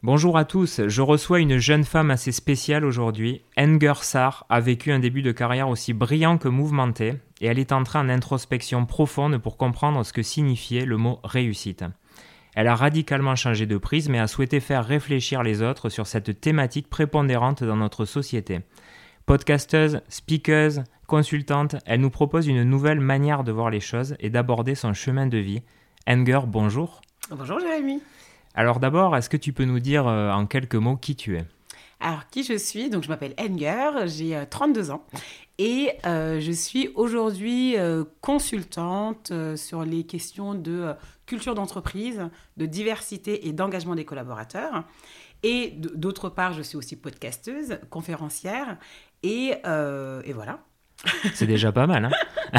Bonjour à tous, je reçois une jeune femme assez spéciale aujourd'hui. Enger Sarr a vécu un début de carrière aussi brillant que mouvementé et elle est entrée en introspection profonde pour comprendre ce que signifiait le mot réussite. Elle a radicalement changé de prisme et a souhaité faire réfléchir les autres sur cette thématique prépondérante dans notre société. Podcasteuse, speakeuse, consultante, elle nous propose une nouvelle manière de voir les choses et d'aborder son chemin de vie. Enger, bonjour. Bonjour Jérémy. Alors d'abord, est-ce que tu peux nous dire en quelques mots qui tu es ? Alors, qui je suis? Donc, je m'appelle Enger, j'ai 32 ans et je suis aujourd'hui consultante sur les questions de culture d'entreprise, de diversité et d'engagement des collaborateurs. Et d'autre part, je suis aussi podcasteuse, conférencière et voilà. C'est déjà pas mal, hein.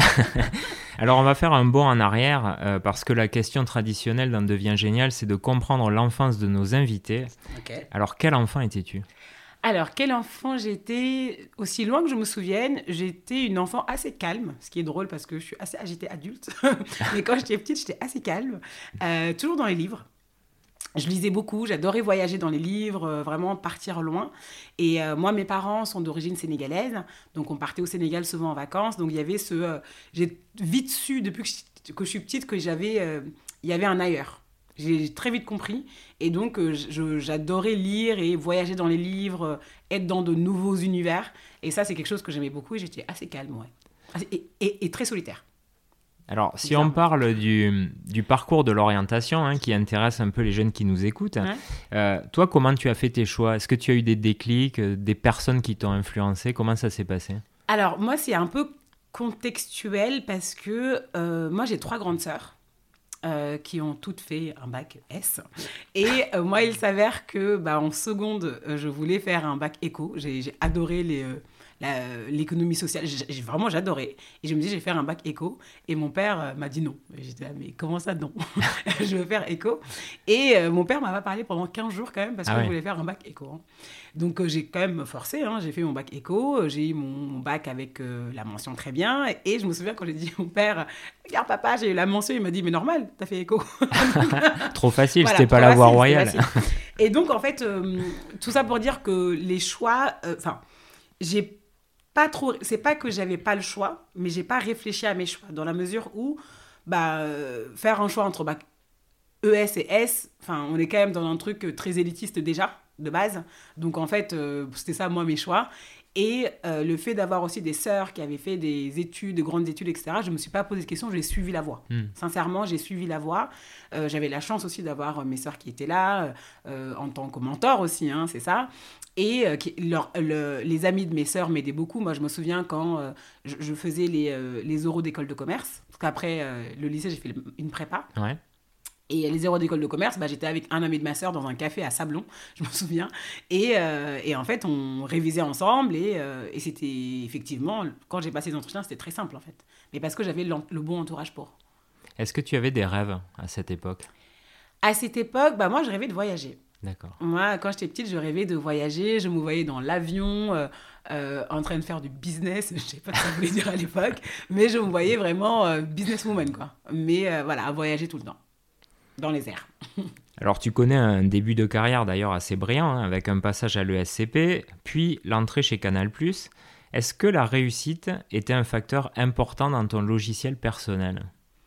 Alors on va faire un bond en arrière parce que la question traditionnelle dans Devient Génial, c'est de comprendre l'enfance de nos invités. Okay. Alors quel enfant étais-tu ? Alors, quel enfant j'étais? Aussi loin que je me souvienne, j'étais une enfant assez calme, ce qui est drôle parce que je suis assez agitée adulte. Mais quand j'étais petite, j'étais assez calme, toujours dans les livres. Je lisais beaucoup, j'adorais voyager dans les livres, vraiment partir loin. Et moi, mes parents sont d'origine sénégalaise, donc on partait au Sénégal souvent en vacances. Donc il y avait j'ai vite su, depuis que je suis petite, il y avait un ailleurs. J'ai très vite compris. Et donc j'adorais lire et voyager dans les livres, être dans de nouveaux univers. Et ça, c'est quelque chose que j'aimais beaucoup et j'étais assez calme, ouais. Et très solitaire. Alors, si on parle du parcours de l'orientation, hein, qui intéresse un peu les jeunes qui nous écoutent, toi, comment tu as fait tes choix ? Est-ce que tu as eu des déclics, des personnes qui t'ont influencé ? Comment ça s'est passé ? Alors, moi, c'est un peu contextuel parce que moi, j'ai 3 grandes sœurs qui ont toutes fait un bac S. Et moi, il s'avère que en seconde, je voulais faire un bac éco. J'ai adoré l'économie sociale, vraiment j'adorais. Et je me dis, je vais faire un bac éco. Et mon père m'a dit non. Et j'étais là, mais comment ça non? Je veux faire éco. Et mon père m'a pas parlé pendant 15 jours quand même parce que je voulais faire un bac éco. Hein. Donc j'ai quand même forcé, hein. J'ai fait mon bac éco, j'ai eu mon bac avec la mention très bien. Et je me souviens quand j'ai dit à mon père, regarde papa, j'ai eu la mention, il m'a dit, mais normal, t'as fait éco. Trop facile, voilà, c'était pas la voie royale. Et donc en fait, tout ça pour dire que les choix, j'ai pas trop, c'est pas que j'avais pas le choix, mais j'ai pas réfléchi à mes choix, dans la mesure où faire un choix entre bac ES et S, on est quand même dans un truc très élitiste déjà, de base. Donc en fait, c'était ça moi mes choix. Et le fait d'avoir aussi des sœurs qui avaient fait des études, de grandes études, etc., je ne me suis pas posé de questions, j'ai suivi la voie. Sincèrement, j'ai suivi la voie. J'avais la chance aussi d'avoir mes sœurs qui étaient là, en tant que mentor aussi, hein, c'est ça. Et les amis de mes sœurs m'aidaient beaucoup. Moi, je me souviens quand je faisais les oraux d'école de commerce, parce qu'après le lycée, j'ai fait une prépa. Ouais. Et les oraux d'école de commerce, j'étais avec un ami de ma sœur dans un café à Sablon, je me souviens. Et en fait, on révisait ensemble et c'était effectivement, quand j'ai passé les entretiens, c'était très simple en fait. Mais parce que j'avais le bon entourage pour. Est-ce que tu avais des rêves à cette époque ? À cette époque, moi, je rêvais de voyager. D'accord. Moi, quand j'étais petite, je rêvais de voyager. Je me voyais dans l'avion, en train de faire du business. Je ne sais pas ce que ça voulait dire à l'époque, mais je me voyais vraiment businesswoman, quoi. Mais voilà, à voyager tout le temps. Dans les airs. Alors tu connais un début de carrière d'ailleurs assez brillant, hein, avec un passage à l'ESCP, puis l'entrée chez Canal+. Est-ce que la réussite était un facteur important dans ton logiciel personnel ?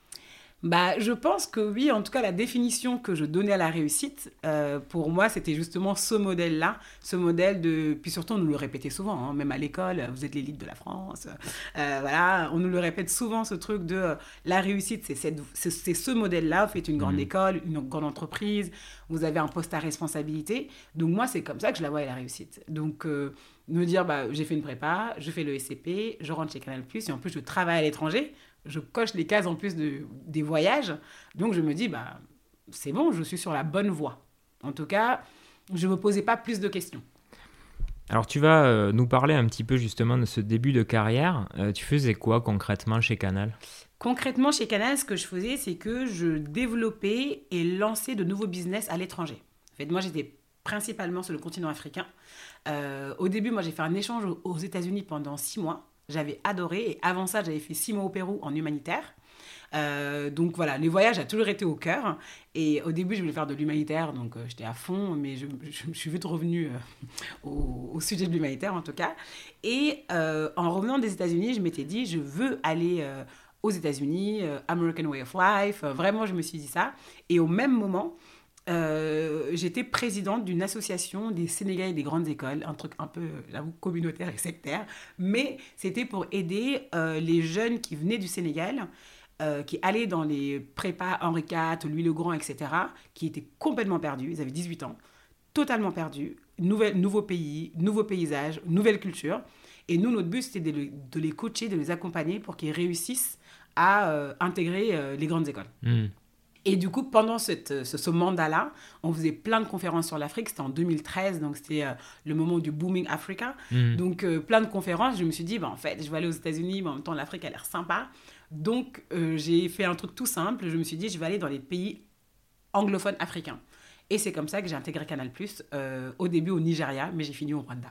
Je pense que oui, en tout cas la définition que je donnais à la réussite, pour moi c'était justement ce modèle-là, ce modèle de... Puis surtout on nous le répétait souvent, hein, même à l'école, vous êtes l'élite de la France, voilà, on nous le répète souvent ce truc de la réussite, c'est ce modèle-là, vous faites une grande école, une grande entreprise, vous avez un poste à responsabilité, donc moi c'est comme ça que je la voyais la réussite. Donc me dire j'ai fait une prépa, je fais le SCP, je rentre chez Canal+, et en plus je travaille à l'étranger, je coche les cases en plus des voyages. Donc, je me dis, c'est bon, je suis sur la bonne voie. En tout cas, je ne me posais pas plus de questions. Alors, tu vas nous parler un petit peu justement de ce début de carrière. Tu faisais quoi concrètement chez Canal ? Concrètement, chez Canal, ce que je faisais, c'est que je développais et lançais de nouveaux business à l'étranger. En fait, moi, j'étais principalement sur le continent africain. Au début, moi, j'ai fait un échange aux États-Unis pendant 6 mois. J'avais adoré. Et avant ça, j'avais fait 6 mois au Pérou en humanitaire. Donc voilà, les voyages a toujours été au cœur. Et au début, je voulais faire de l'humanitaire, donc j'étais à fond, mais je suis vite revenue au sujet de l'humanitaire en tout cas. Et en revenant des États-Unis, je m'étais dit, je veux aller aux États-Unis, American Way of Life. Vraiment, je me suis dit ça. Et au même moment, j'étais présidente d'une association des Sénégalais des grandes écoles, un truc un peu, j'avoue, communautaire et sectaire, mais c'était pour aider les jeunes qui venaient du Sénégal, qui allaient dans les prépas Henri IV, Louis le Grand, etc., qui étaient complètement perdus, ils avaient 18 ans, totalement perdus, nouveau pays, nouveau paysage, nouvelle culture. Et nous, notre but, c'était de les coacher, de les accompagner pour qu'ils réussissent à intégrer les grandes écoles. Et du coup, pendant ce mandat-là, on faisait plein de conférences sur l'Afrique. C'était en 2013, donc c'était le moment du Booming Africa. Donc, plein de conférences. Je me suis dit, en fait, je vais aller aux États-Unis, mais en même temps, l'Afrique a l'air sympa. Donc, j'ai fait un truc tout simple. Je me suis dit, je vais aller dans les pays anglophones africains. Et c'est comme ça que j'ai intégré Canal+, au début au Nigeria, mais j'ai fini au Rwanda.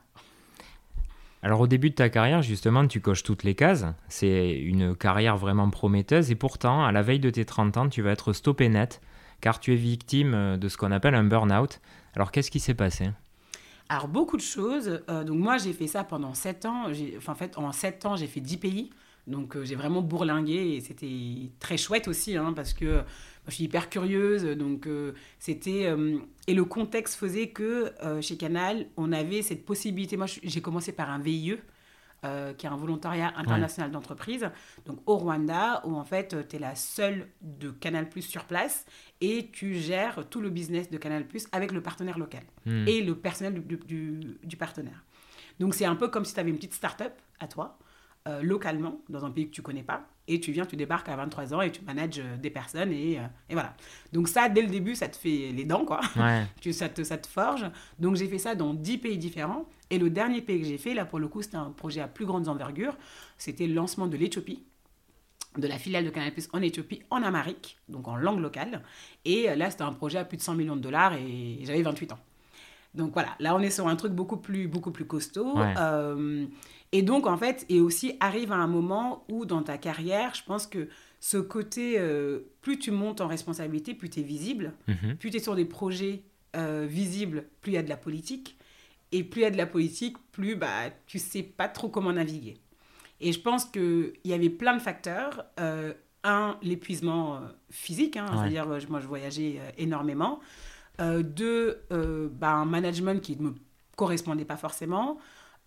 Alors au début de ta carrière, justement, tu coches toutes les cases. C'est une carrière vraiment prometteuse et pourtant, à la veille de tes 30 ans, tu vas être stoppé net car tu es victime de ce qu'on appelle un burn-out. Alors qu'est-ce qui s'est passé ? Alors beaucoup de choses. Donc moi, j'ai fait ça pendant 7 ans. En fait, en 7 ans, j'ai fait 10 pays. Donc j'ai vraiment bourlingué et c'était très chouette aussi parce que je suis hyper curieuse. Donc c'était... et le contexte faisait que chez Canal, on avait cette possibilité. Moi, j'ai commencé par un VIE, qui est un volontariat international d'entreprise, donc au Rwanda, où en fait, tu es la seule de Canal+ sur place et tu gères tout le business de Canal+ avec le partenaire local et le personnel du partenaire. Donc c'est un peu comme si tu avais une petite start-up à toi, localement, dans un pays que tu connais pas, et tu débarques à 23 ans et tu manages des personnes et voilà. Donc ça, dès le début, ça te fait les dents, quoi. Ouais. Ça te forge. Donc j'ai fait ça dans 10 pays différents. Et le dernier pays que j'ai fait, là, pour le coup, c'était un projet à plus grande envergure. C'était le lancement de l'Éthiopie, de la filiale de Canal+ en Éthiopie, en amharique, donc en langue locale. Et là, c'était un projet à plus de 100 millions de dollars et j'avais 28 ans. Donc voilà, là, on est sur un truc beaucoup plus costaud. Ouais. Et donc, en fait, et aussi arrive à un moment où, dans ta carrière, je pense que ce côté, plus tu montes en responsabilité, plus tu es visible, plus tu es sur des projets visibles, plus il y a de la politique. Et plus il y a de la politique, plus tu ne sais pas trop comment naviguer. Et je pense qu'il y avait plein de facteurs. Un, l'épuisement physique, c'est-à-dire, moi, je voyageais énormément. Deux, un management qui ne me correspondait pas forcément.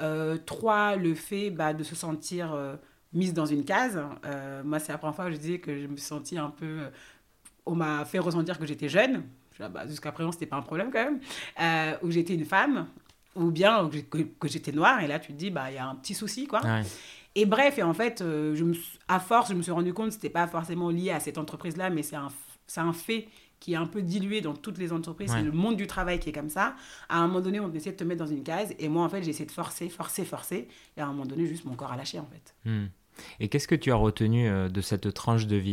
3, le fait de se sentir mise dans une case. Moi, c'est la première fois que je disais que je me sentais un peu... on m'a fait ressentir que j'étais jeune. Jusqu'à présent, ce n'était pas un problème quand même. Ou j'étais une femme, ou bien que j'étais noire. Et là, tu te dis, il y a un petit souci, quoi. Ouais. Et bref, et en fait, à force, je me suis rendu compte que ce n'était pas forcément lié à cette entreprise-là, mais c'est un fait qui est un peu dilué dans toutes les entreprises. Ouais. C'est le monde du travail qui est comme ça. À un moment donné, on essaie de te mettre dans une case. Et moi, en fait, j'ai essayé de forcer. Et à un moment donné, juste mon corps a lâché, en fait. Et qu'est-ce que tu as retenu de cette tranche de vie ?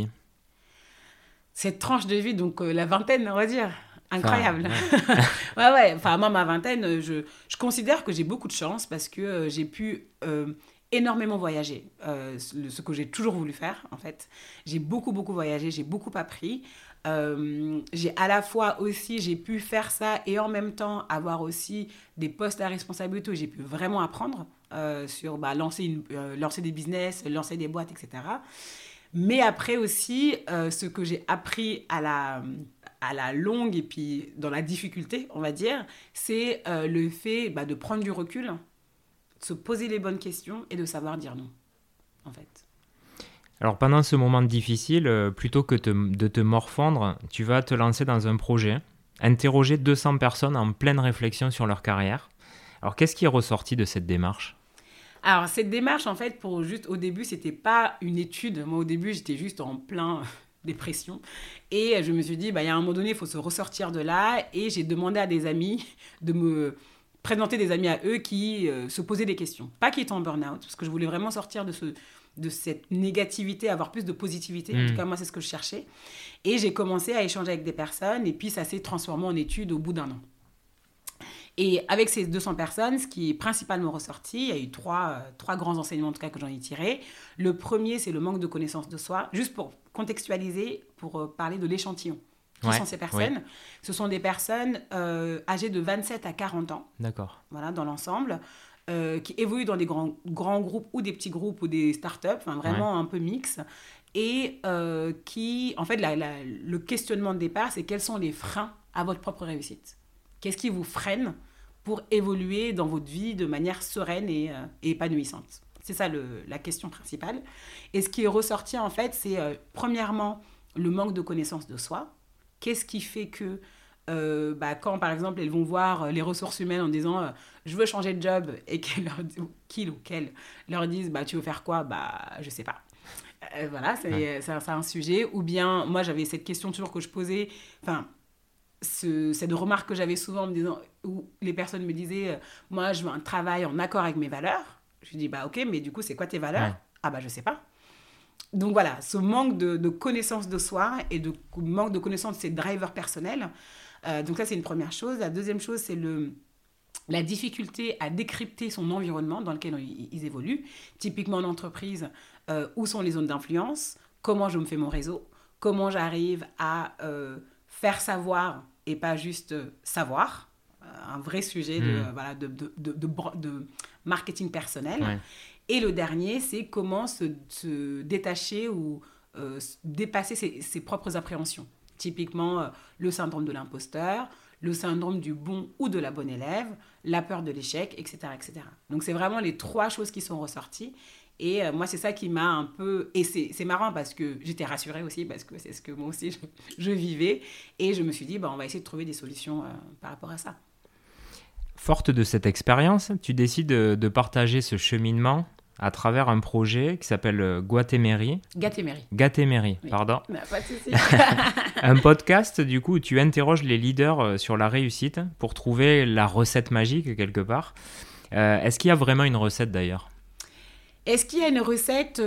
Cette tranche de vie, donc la vingtaine, on va dire. Incroyable. Ouais. Enfin, moi, ma vingtaine, je considère que j'ai beaucoup de chance parce que j'ai pu... énormément voyager, ce que j'ai toujours voulu faire, en fait. J'ai beaucoup voyagé, j'ai beaucoup appris. J'ai à la fois aussi, j'ai pu faire ça et en même temps avoir aussi des postes à responsabilité où j'ai pu vraiment apprendre sur lancer des business, lancer des boîtes, etc. Mais après aussi, ce que j'ai appris à la longue et puis dans la difficulté, on va dire, c'est le fait de prendre du recul, de se poser les bonnes questions et de savoir dire non, en fait. Alors pendant ce moment difficile, plutôt que de te morfondre, tu vas te lancer dans un projet, interroger 200 personnes en pleine réflexion sur leur carrière. Alors qu'est-ce qui est ressorti de cette démarche ? Alors cette démarche, en fait, au début, c'était pas une étude. Moi, au début, j'étais juste en plein dépression. Et je me suis dit, il y a un moment donné, il faut se ressortir de là. Et j'ai demandé à des amis de me présenter des amis à eux qui se posaient des questions. Pas qui étaient en burn-out, parce que je voulais vraiment sortir de cette négativité, avoir plus de positivité. En tout cas, moi, c'est ce que je cherchais. Et j'ai commencé à échanger avec des personnes, et puis ça s'est transformé en étude au bout d'un an. Et avec ces 200 personnes, ce qui est principalement ressorti, il y a eu trois grands enseignements en tout cas que j'en ai tirés. Le premier, c'est le manque de connaissance de soi. Juste pour contextualiser, pour parler de l'échantillon. Qui sont ces personnes? Ce sont des personnes âgées de 27 à 40 ans. D'accord. Voilà, dans l'ensemble. Qui évoluent dans des grands groupes ou des petits groupes ou des startups, enfin vraiment un peu mix. Et qui, en fait, le questionnement de départ, c'est quels sont les freins à votre propre réussite? Qu'est-ce qui vous freine pour évoluer dans votre vie de manière sereine et épanouissante? C'est ça la question principale. Et ce qui est ressorti, en fait, c'est premièrement le manque de connaissance de soi. Qu'est-ce qui fait que quand, par exemple, elles vont voir les ressources humaines en disant je veux changer de job et qu'elles leur disent tu veux faire quoi? Je sais pas. Voilà, c'est un sujet. Ou bien, moi, j'avais cette question toujours que je posais, cette remarque que j'avais souvent en me disant, où les personnes me disaient moi, je veux un travail en accord avec mes valeurs. Je lui dis ok, mais du coup, c'est quoi tes valeurs? Je sais pas. Donc voilà, ce manque de connaissance de soi et de manque de connaissance de ses drivers personnels. Donc ça, c'est une première chose. La deuxième chose, c'est la difficulté à décrypter son environnement dans lequel ils évoluent. Typiquement en entreprise, où sont les zones d'influence? Comment je me fais mon réseau? Comment j'arrive à faire savoir et pas juste savoir? Un vrai sujet de marketing personnel. Ouais. Et le dernier, c'est comment se détacher ou dépasser ses propres appréhensions. Typiquement, le syndrome de l'imposteur, le syndrome du bon ou de la bonne élève, la peur de l'échec, etc., etc. Donc, c'est vraiment les 3 choses qui sont ressorties. Et moi, c'est ça qui m'a un peu... Et c'est marrant parce que j'étais rassurée aussi, parce que c'est ce que moi aussi, je vivais. Et je me suis dit, on va essayer de trouver des solutions par rapport à ça. Forte de cette expérience, tu décides de partager ce cheminement à travers un projet qui s'appelle Gatéméry, oui. Pardon. Non, pas de souci. Un podcast, du coup, où tu interroges les leaders sur la réussite pour trouver la recette magique, quelque part. Est-ce qu'il y a vraiment une recette, d'ailleurs? Est-ce qu'il y a une recette?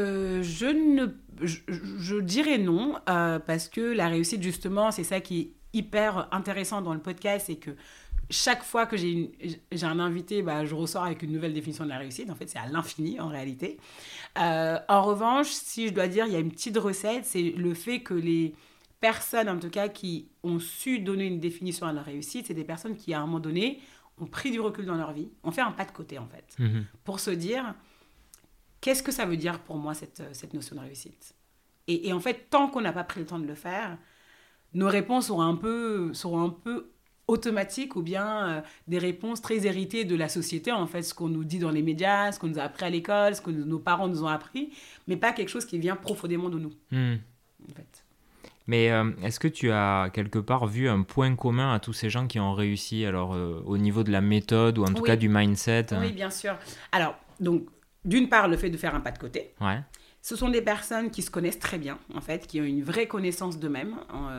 Je dirais non, parce que la réussite, justement, c'est ça qui est hyper intéressant dans le podcast, c'est que chaque fois que j'ai un invité, je ressors avec une nouvelle définition de la réussite. En fait, c'est à l'infini, en réalité. En revanche, si je dois dire, il y a une petite recette, c'est le fait que les personnes, en tout cas, qui ont su donner une définition à la réussite, c'est des personnes qui, à un moment donné, ont pris du recul dans leur vie, ont fait un pas de côté, en fait, pour se dire, qu'est-ce que ça veut dire pour moi, cette notion de réussite? Et en fait, tant qu'on n'a pas pris le temps de le faire, nos réponses seront un peu automatiques ou bien des réponses très héritées de la société, en fait, ce qu'on nous dit dans les médias, ce qu'on nous a appris à l'école, ce que nos parents nous ont appris, mais pas quelque chose qui vient profondément de nous, en fait. Mais est-ce que tu as quelque part vu un point commun à tous ces gens qui ont réussi, alors au niveau de la méthode ou en tout cas du mindset? Oui, bien sûr. Alors, donc, d'une part, le fait de faire un pas de côté. Ouais. Ce sont des personnes qui se connaissent très bien, en fait, qui ont une vraie connaissance d'eux-mêmes,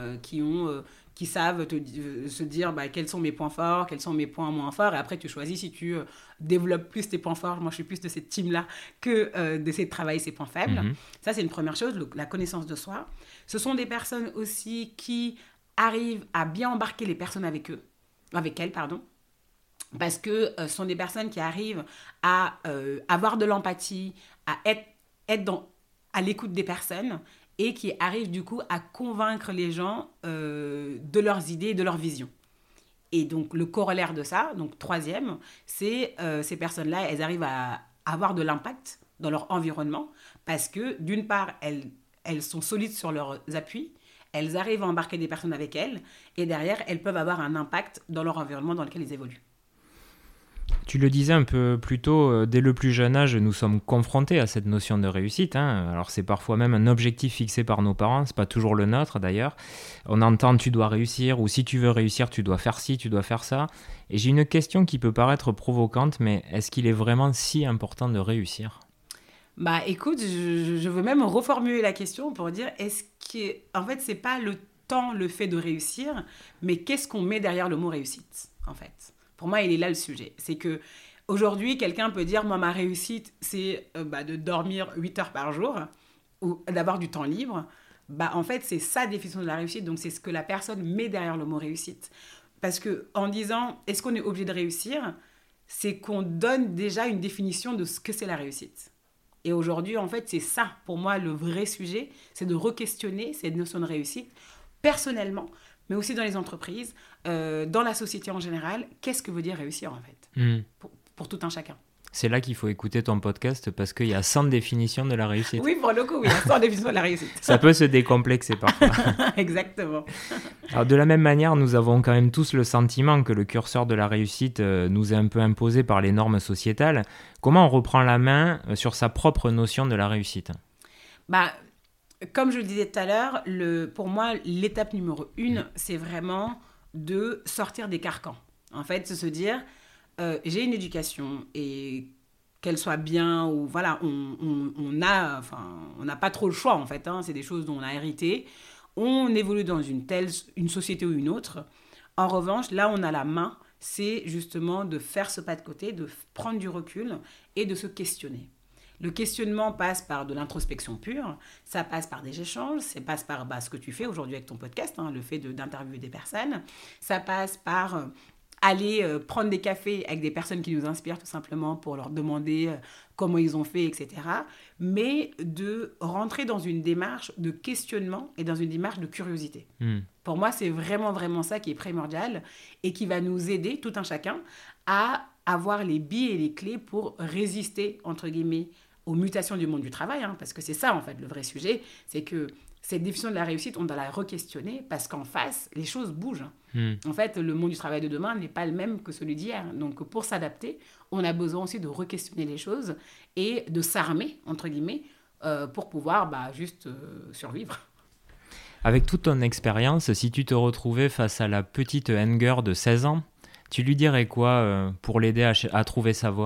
qui savent se dire quels sont mes points forts, quels sont mes points moins forts. Et après, tu choisis si tu développes plus tes points forts. Moi, je suis plus de cette team-là que d'essayer de travailler ses points faibles. Ça, c'est une première chose, la connaissance de soi. Ce sont des personnes aussi qui arrivent à bien embarquer les personnes avec elles. Parce que ce sont des personnes qui arrivent à avoir de l'empathie, à être à l'écoute des personnes et qui arrivent du coup à convaincre les gens de leurs idées et de leurs visions. Et donc le corollaire de ça, donc troisième, c'est ces personnes-là, elles arrivent à avoir de l'impact dans leur environnement parce que d'une part, elles sont solides sur leurs appuis, elles arrivent à embarquer des personnes avec elles et derrière, elles peuvent avoir un impact dans leur environnement dans lequel ils évoluent. Tu le disais un peu plus tôt, dès le plus jeune âge, nous sommes confrontés à cette notion de réussite. Alors c'est parfois même un objectif fixé par nos parents, c'est pas toujours le nôtre d'ailleurs. On entend tu dois réussir ou si tu veux réussir, tu dois faire ci, tu dois faire ça. Et j'ai une question qui peut paraître provocante, mais est-ce qu'il est vraiment si important de réussir ? Écoute, je veux même reformuler la question pour dire en fait c'est pas le fait de réussir, mais qu'est-ce qu'on met derrière le mot réussite en fait. Pour moi, il est là le sujet. C'est qu'aujourd'hui, quelqu'un peut dire, moi, ma réussite, c'est de dormir 8 heures par jour ou d'avoir du temps libre. En fait, c'est sa définition de la réussite. Donc, c'est ce que la personne met derrière le mot réussite. Parce qu'en disant, est-ce qu'on est obligé de réussir, c'est qu'on donne déjà une définition de ce que c'est la réussite. Et aujourd'hui, en fait, c'est ça, pour moi, le vrai sujet, c'est de re-questionner cette notion de réussite, personnellement, mais aussi dans les entreprises, dans la société en général. Qu'est-ce que veut dire réussir, en fait, pour tout un chacun. C'est là qu'il faut écouter ton podcast parce qu'il y a 100 définitions de la réussite. Oui, pour le coup, oui, il y a 100 définitions de la réussite. Ça peut se décomplexer parfois. Exactement. Alors, de la même manière, nous avons quand même tous le sentiment que le curseur de la réussite nous est un peu imposé par les normes sociétales. Comment on reprend la main sur sa propre notion de la réussite ? Comme je le disais tout à l'heure, pour moi, l'étape numéro 1, c'est vraiment de sortir des carcans. En fait, c'est se dire... j'ai une éducation et qu'elle soit bien ou voilà, on n'a pas trop le choix en fait, c'est des choses dont on a hérité. On évolue dans une société ou une autre. En revanche, là on a la main, c'est justement de faire ce pas de côté, de prendre du recul et de se questionner. Le questionnement passe par de l'introspection pure, ça passe par des échanges, ça passe par ce que tu fais aujourd'hui avec ton podcast, le fait d'interviewer des personnes, ça passe par... aller prendre des cafés avec des personnes qui nous inspirent tout simplement pour leur demander comment ils ont fait, etc. Mais de rentrer dans une démarche de questionnement et dans une démarche de curiosité. Pour moi, c'est vraiment, vraiment ça qui est primordial et qui va nous aider, tout un chacun, à avoir les billes et les clés pour résister, entre guillemets, aux mutations du monde du travail. Parce que c'est ça, en fait, le vrai sujet. C'est que cette définition de la réussite, on doit la re-questionner parce qu'en face, les choses bougent. En fait, le monde du travail de demain n'est pas le même que celui d'hier. Donc, pour s'adapter, on a besoin aussi de re-questionner les choses et de s'armer, entre guillemets, pour pouvoir juste survivre. Avec toute ton expérience, si tu te retrouvais face à la petite Enger de 16 ans, tu lui dirais quoi pour l'aider à trouver sa voie ?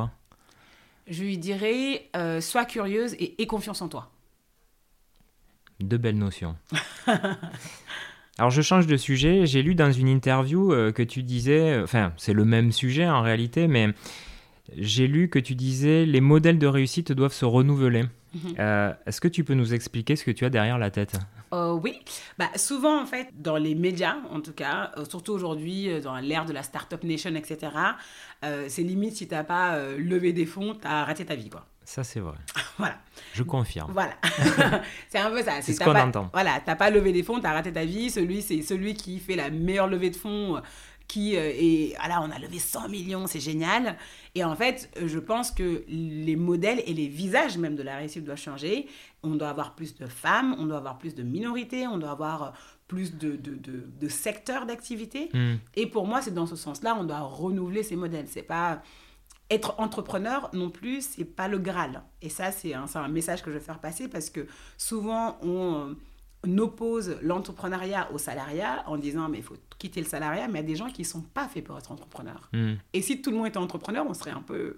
Je lui dirais, sois curieuse et aie confiance en toi. De belles notions. Alors je change de sujet, j'ai lu dans une interview que tu disais, enfin c'est le même sujet en réalité, mais j'ai lu que tu disais les modèles de réussite doivent se renouveler. Est-ce que tu peux nous expliquer ce que tu as derrière la tête ? Oui, souvent en fait dans les médias en tout cas, surtout aujourd'hui dans l'ère de la Startup Nation, etc., c'est limite si t'as pas levé des fonds, t'as raté ta vie quoi. Ça, c'est vrai. Voilà. Je confirme. Voilà. C'est un peu ça. C'est ce qu'on entend. Voilà, t'as pas levé des fonds, t'as raté ta vie. C'est celui qui fait la meilleure levée de fonds, on a levé 100 millions, c'est génial. Et en fait, je pense que les modèles et les visages même de la réussite doivent changer. On doit avoir plus de femmes, on doit avoir plus de minorités, on doit avoir plus de secteurs d'activité. Et pour moi, c'est dans ce sens-là, on doit renouveler ces modèles. C'est pas... Être entrepreneur non plus, c'est pas le Graal. Et ça, c'est un message que je veux faire passer parce que souvent, on oppose l'entrepreneuriat au salariat en disant mais il faut quitter le salariat, mais il y a des gens qui ne sont pas faits pour être entrepreneurs. Et si tout le monde était entrepreneur, on serait un peu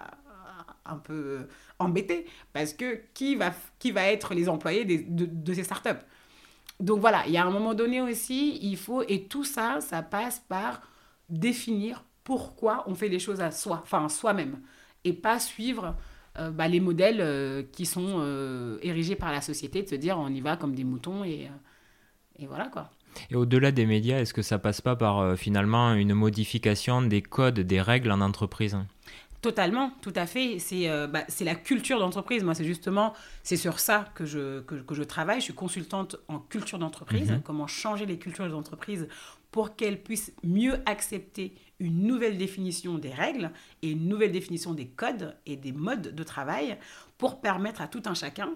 embêté parce que qui va être les employés de ces startups. Donc voilà, il y a un moment donné aussi, il faut, et tout ça, ça passe par définir pourquoi on fait les choses à soi-même, et pas suivre les modèles qui sont érigés par la société, de se dire on y va comme des moutons et voilà quoi. Et au-delà des médias, est-ce que ça passe pas par finalement une modification des codes, des règles en entreprise ? Totalement, tout à fait. C'est la culture d'entreprise. Moi, c'est sur ça que je travaille. Je suis consultante en culture d'entreprise. Comment changer les cultures d'entreprise pour qu'elles puissent mieux accepter une nouvelle définition des règles et une nouvelle définition des codes et des modes de travail pour permettre à tout un chacun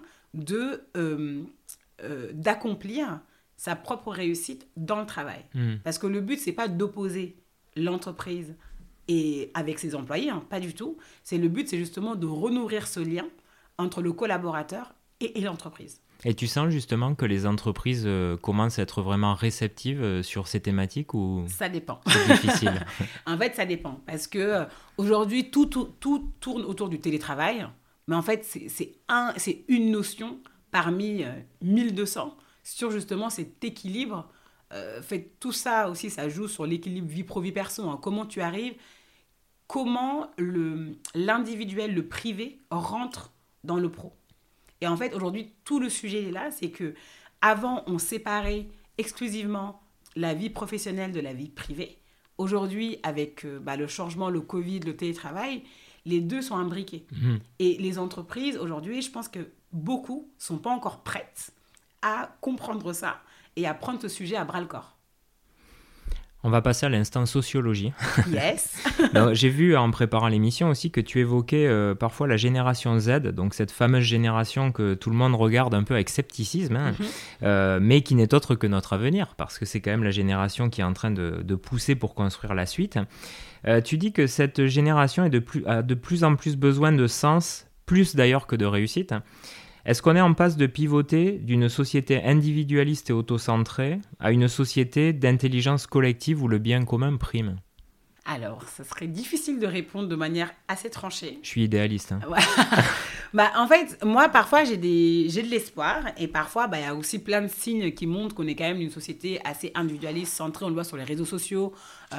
d'accomplir sa propre réussite dans le travail. Parce que le but, c'est pas d'opposer l'entreprise et avec ses employés, pas du tout. Le but, c'est justement de renourrir ce lien entre le collaborateur et l'entreprise. Et tu sens justement que les entreprises commencent à être vraiment réceptives sur ces thématiques ou... Ça dépend. C'est difficile. En fait, ça dépend. Parce que aujourd'hui, tout tourne autour du télétravail. Mais en fait, c'est une notion parmi 1200 sur justement cet équilibre. Tout ça aussi, ça joue sur l'équilibre vie pro-vie perso. Comment tu arrives, comment l'individuel, le privé, rentre dans le pro. Et en fait, aujourd'hui, tout le sujet est là, c'est que avant, on séparait exclusivement la vie professionnelle de la vie privée. Aujourd'hui, avec le changement, le Covid, le télétravail, les deux sont imbriqués. Et les entreprises, aujourd'hui, je pense que beaucoup ne sont pas encore prêtes à comprendre ça et à prendre ce sujet à bras-le-corps. On va passer à l'instant sociologie. Yes. Alors, j'ai vu en préparant l'émission aussi que tu évoquais parfois la génération Z, donc cette fameuse génération que tout le monde regarde un peu avec scepticisme, mais qui n'est autre que notre avenir, parce que c'est quand même la génération qui est en train de pousser pour construire la suite. Tu dis que cette génération a de plus en plus besoin de sens, plus d'ailleurs que de réussite. Est-ce qu'on est en passe de pivoter d'une société individualiste et autocentrée à une société d'intelligence collective où le bien commun prime ? Alors, ça serait difficile de répondre de manière assez tranchée. Je suis idéaliste. Ouais. En fait, moi, parfois, j'ai de l'espoir. Et parfois, y a aussi plein de signes qui montrent qu'on est quand même une société assez individualiste, centrée. On le voit sur les réseaux sociaux,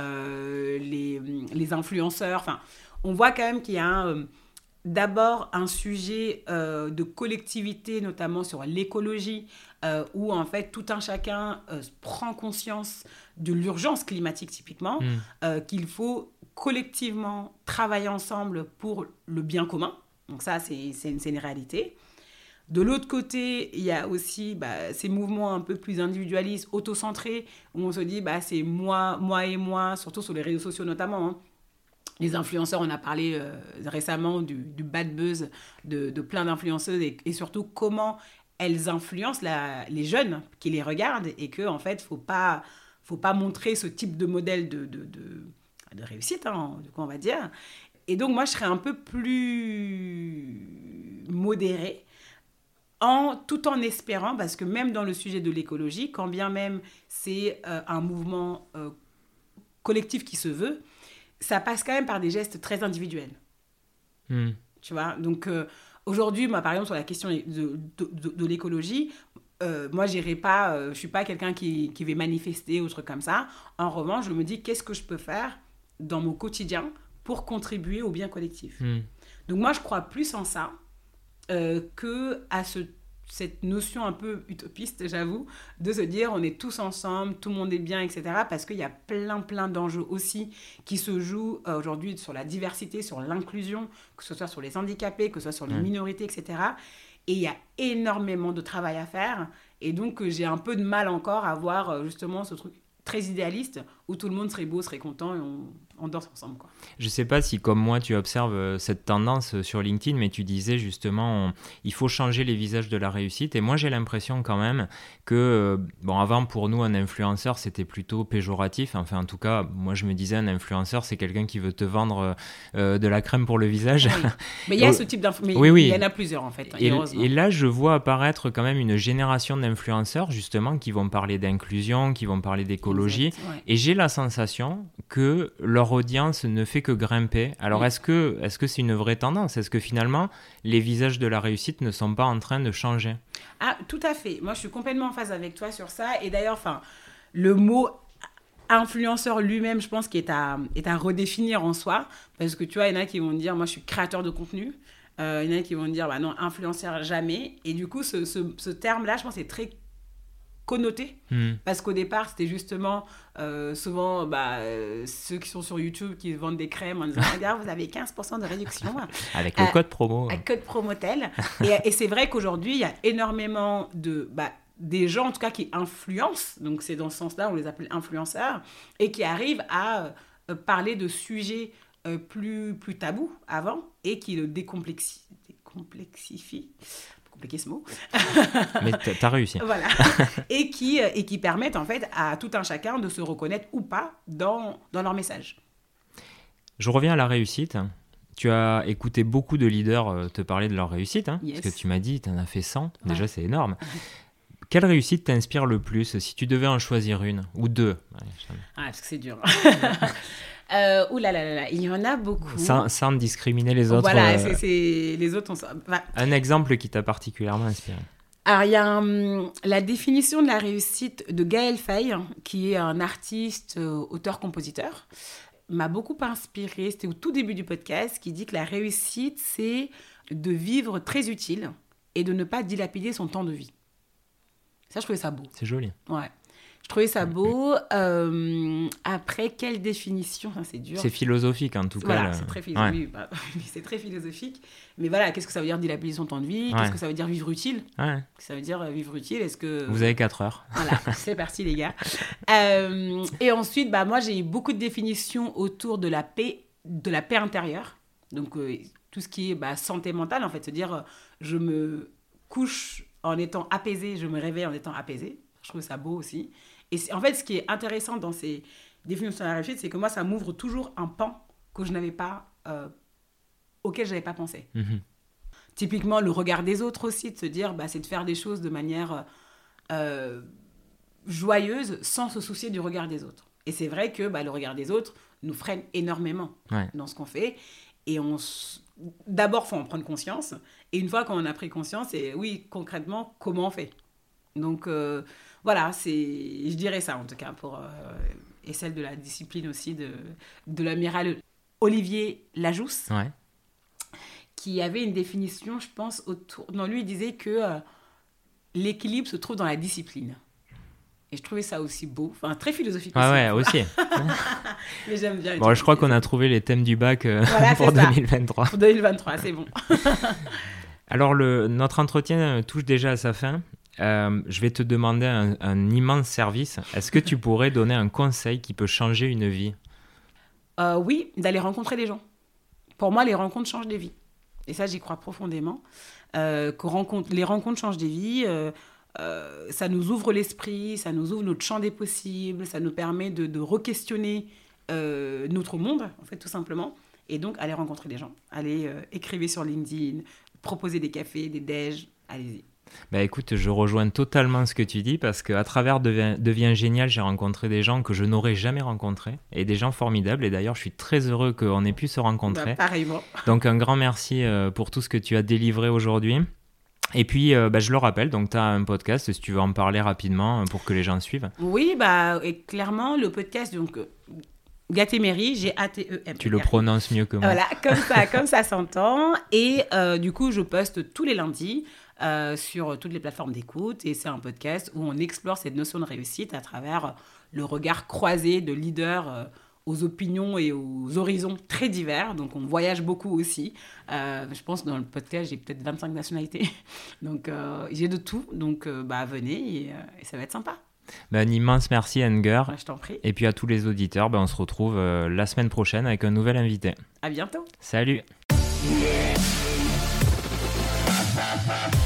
les influenceurs. Enfin, on voit quand même qu'il y a d'abord un sujet de collectivité, notamment sur l'écologie, où en fait tout un chacun prend conscience de l'urgence climatique typiquement, qu'il faut collectivement travailler ensemble pour le bien commun. Donc ça, c'est une réalité. De l'autre côté, il y a aussi ces mouvements un peu plus individualistes, autocentrés, où on se dit c'est moi et moi, surtout sur les réseaux sociaux notamment, Les influenceurs, on a parlé récemment du bad buzz de plein d'influenceuses et surtout comment elles influencent les jeunes qui les regardent et qu'en fait, faut pas montrer ce type de modèle de réussite, du coup, on va dire. Et donc, moi, je serais un peu plus modérée tout en espérant, parce que même dans le sujet de l'écologie, quand bien même c'est un mouvement collectif qui se veut, ça passe quand même par des gestes très individuels. Tu vois ? Donc, aujourd'hui, moi, par exemple, sur la question de l'écologie, moi, j'irai pas, je ne suis pas quelqu'un qui va manifester ou truc comme ça. En revanche, je me dis, qu'est-ce que je peux faire dans mon quotidien pour contribuer au bien collectif ? Donc, moi, je crois plus en ça que à cette notion un peu utopiste, j'avoue, de se dire on est tous ensemble, tout le monde est bien, etc. Parce qu'il y a plein d'enjeux aussi qui se jouent aujourd'hui sur la diversité, sur l'inclusion, que ce soit sur les handicapés, que ce soit sur les minorités, etc. Et il y a énormément de travail à faire. Et donc, j'ai un peu de mal encore à voir justement ce truc très idéaliste où tout le monde serait beau, serait content et on danse ensemble, quoi. Je ne sais pas si, comme moi, tu observes cette tendance sur LinkedIn, mais tu disais justement, il faut changer les visages de la réussite. Et moi, j'ai l'impression quand même que, avant, pour nous, un influenceur, c'était plutôt péjoratif. Enfin, en tout cas, moi, je me disais, un influenceur, c'est quelqu'un qui veut te vendre de la crème pour le visage. Oui. Mais il y a ce type d'influenceur. Oui. Il y en a plusieurs, en fait. Et là, je vois apparaître quand même une génération d'influenceurs, justement, qui vont parler d'inclusion, qui vont parler d'écologie. Exact, ouais. Et j'ai la sensation que leur audience ne fait que grimper. Alors, est-ce que c'est une vraie tendance ? Est-ce que finalement, les visages de la réussite ne sont pas en train de changer ? Ah, tout à fait. Moi, je suis complètement en phase avec toi sur ça. Et d'ailleurs, le mot influenceur lui-même, je pense qu'il est à redéfinir en soi. Parce que tu vois, il y en a qui vont dire, moi, je suis créateur de contenu. Il y en a qui vont dire, non, influenceur jamais. Et du coup, ce terme-là, je pense, est très connoté, parce qu'au départ c'était justement souvent ceux qui sont sur YouTube qui vendent des crèmes en disant regarde, vous avez 15% de réduction avec le code promo, avec code promotel. Et c'est vrai qu'aujourd'hui il y a énormément des gens en tout cas qui influencent, donc c'est dans ce sens-là on les appelle influenceurs, et qui arrivent à parler de sujets plus tabous avant et qui le décomplexifient. Compliqué ce mot. Mais t'as réussi. Voilà. Et qui permettent en fait à tout un chacun de se reconnaître ou pas dans leur message. Je reviens à la réussite. Tu as écouté beaucoup de leaders te parler de leur réussite, Yes. Parce que tu m'as dit, tu en as fait 100. Ouais. Déjà, c'est énorme. Quelle réussite t'inspire le plus si tu devais en choisir une ou deux ? Parce que c'est dur. Ouh là là là, il y en a beaucoup. Sans discriminer les autres. Voilà, c'est les autres. Un exemple qui t'a particulièrement inspiré. Alors, il y a la définition de la réussite de Gaël Faye, qui est un artiste, auteur-compositeur, m'a beaucoup inspiré. C'était au tout début du podcast, qui dit que la réussite, c'est de vivre très utile et de ne pas dilapider son temps de vie. Ça, je trouvais ça beau. C'est joli. Ouais. Je trouvais ça beau. Après, quelle définition? Enfin, c'est dur. C'est philosophique en tout cas. Voilà, c'est très philosophique. C'est très philosophique. Mais voilà, qu'est-ce que ça veut dire dilapider son temps de vie? Qu'est-ce que ça veut dire vivre utile? Ça veut dire vivre utile. Est-ce que... Vous avez 4 heures. Voilà, c'est parti les gars. Et ensuite, moi j'ai eu beaucoup de définitions autour de la paix intérieure. Donc tout ce qui est santé mentale, en fait, se dire je me couche en étant apaisée, je me réveille en étant apaisée. Je trouve ça beau aussi. Et en fait, ce qui est intéressant dans ces définitions de la réussite, c'est que moi, ça m'ouvre toujours un pan que je n'avais pas, auquel je n'avais pas pensé. Mm-hmm. Typiquement, le regard des autres aussi, de se dire, c'est de faire des choses de manière joyeuse sans se soucier du regard des autres. Et c'est vrai que le regard des autres nous freine énormément dans ce qu'on fait. Et d'abord, il faut en prendre conscience. Et une fois qu'on en a pris conscience, et oui, concrètement, comment on fait? Donc, voilà, je dirais ça en tout cas, et celle de la discipline aussi de l'amiral Olivier Lajousse, qui avait une définition, je pense, autour... Non, lui, il disait que l'équilibre se trouve dans la discipline. Et je trouvais ça aussi beau, enfin très philosophique aussi. Ouais, aussi. Mais j'aime bien. Bon, je crois qu'on a trouvé les thèmes du bac pour 2023. Pour 2023, c'est bon. Alors, notre entretien touche déjà à sa fin. Je vais te demander un immense service. Est-ce que tu pourrais donner un conseil qui peut changer une vie? Oui, d'aller rencontrer les gens. Pour moi, les rencontres changent des vies. Et ça, j'y crois profondément. Les rencontres changent des vies. Ça nous ouvre l'esprit, ça nous ouvre notre champ des possibles, ça nous permet de re-questionner notre monde, en fait, tout simplement. Et donc, aller rencontrer des gens. Allez écrivez sur LinkedIn, proposer des cafés, des déj, allez-y. Écoute, je rejoins totalement ce que tu dis parce qu'à travers Deviens Génial, j'ai rencontré des gens que je n'aurais jamais rencontrés et des gens formidables. Et d'ailleurs, je suis très heureux qu'on ait pu se rencontrer. Pareillement. Donc, un grand merci pour tout ce que tu as délivré aujourd'hui. Et puis, je le rappelle, donc tu as un podcast, si tu veux en parler rapidement pour que les gens suivent. Oui, et clairement, le podcast, donc Gatémery, Gatem. Tu le prononces mieux que moi. Voilà, comme ça s'entend. Et du coup, je poste tous les lundis sur toutes les plateformes d'écoute. Et c'est un podcast où on explore cette notion de réussite à travers le regard croisé de leaders aux opinions et aux horizons très divers. Donc, on voyage beaucoup aussi. Je pense que dans le podcast, j'ai peut-être 25 nationalités. Donc, j'ai de tout. Donc, venez et ça va être sympa. Un immense merci, Enger. Je t'en prie. Et puis à tous les auditeurs, on se retrouve la semaine prochaine avec un nouvel invité. À bientôt. Salut.